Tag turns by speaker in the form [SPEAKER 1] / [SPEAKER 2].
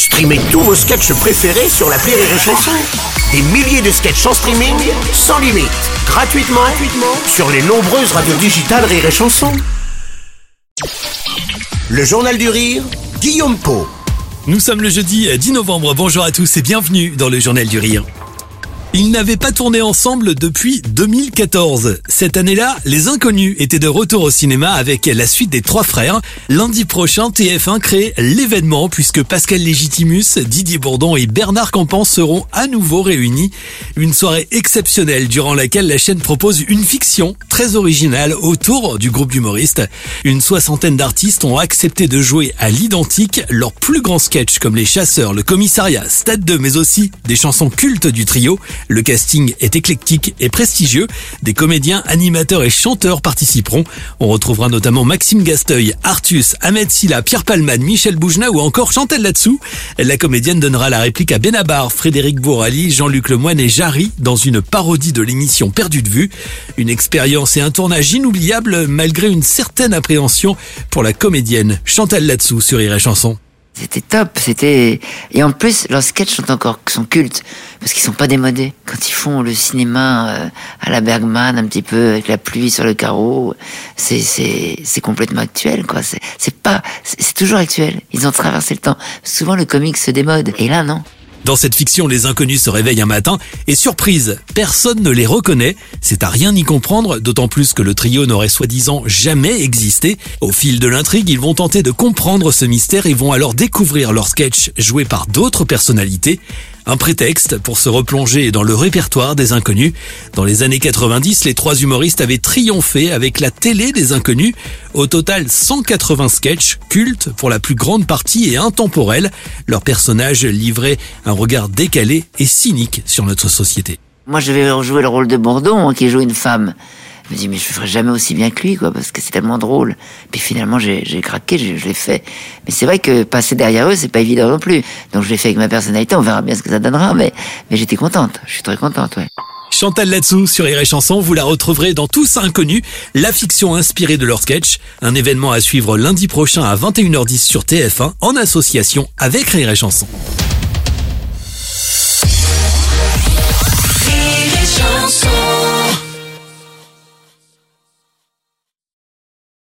[SPEAKER 1] Streamez tous vos sketchs préférés sur l'appli Rire et Chanson. Des milliers de sketchs en streaming, sans limite, gratuitement sur les nombreuses radios digitales Rire et Chanson. Le Journal du Rire, Guillaume Pau.
[SPEAKER 2] Nous sommes le jeudi 10 novembre, bonjour à tous et bienvenue dans le Journal du Rire. Ils n'avaient pas tourné ensemble depuis 2014. Cette année-là, les Inconnus étaient de retour au cinéma avec la suite des Trois Frères. Lundi prochain, TF1 crée l'événement puisque Pascal Légitimus, Didier Bourdon et Bernard Campan seront à nouveau réunis. Une soirée exceptionnelle durant laquelle la chaîne propose une fiction très originale autour du groupe d'humoristes. Une soixantaine d'artistes ont accepté de jouer à l'identique leurs plus grands sketchs comme Les Chasseurs, Le Commissariat, Stade 2 mais aussi des chansons cultes du trio. Le casting est éclectique et prestigieux. Des comédiens, animateurs et chanteurs participeront. On retrouvera notamment Maxime Gasteuil, Artus, Ahmed Silla, Pierre Palmade, Michel Boujna ou encore Chantal Latsou. La comédienne donnera la réplique à Benabar, Frédéric Bourali, Jean-Luc Lemoyne et Jarry dans une parodie de l'émission Perdu de vue. Une expérience et un tournage inoubliable malgré une certaine appréhension pour la comédienne Chantal Latsou sur Rire et Chanson.
[SPEAKER 3] C'était top, et en plus leurs sketchs sont cultes parce qu'ils sont pas démodés. Quand ils font le cinéma à la Bergman un petit peu avec la pluie sur le carreau, c'est complètement actuel quoi. C'est toujours actuel. Ils ont traversé le temps. Souvent le comique se démode et là non.
[SPEAKER 2] Dans cette fiction, les Inconnus se réveillent un matin et surprise, personne ne les reconnaît. C'est à rien y comprendre, d'autant plus que le trio n'aurait soi-disant jamais existé. Au fil de l'intrigue, ils vont tenter de comprendre ce mystère et vont alors découvrir leurs sketchs joués par d'autres personnalités. Un prétexte pour se replonger dans le répertoire des Inconnus. Dans les années 90, les trois humoristes avaient triomphé avec la télé des Inconnus. Au total, 180 sketchs, cultes pour la plus grande partie et intemporels. Leurs personnages livraient un regard décalé et cynique sur notre société.
[SPEAKER 3] Moi, je vais rejouer le rôle de Bourdon, qui joue une femme. Je me dis, mais je ferai jamais aussi bien que lui, quoi, parce que c'est tellement drôle. Puis finalement, j'ai craqué, je l'ai fait. Mais c'est vrai que passer derrière eux, c'est pas évident non plus. Donc je l'ai fait avec ma personnalité, on verra bien ce que ça donnera, mais j'étais contente. Je suis très contente, ouais.
[SPEAKER 2] Chantal Latsou sur Rire et Chanson, vous la retrouverez dans Tous Inconnus, la fiction inspirée de leur sketch. Un événement à suivre lundi prochain à 21h10 sur TF1 en association avec Rire et Chanson.
[SPEAKER 4] Rire et Chanson.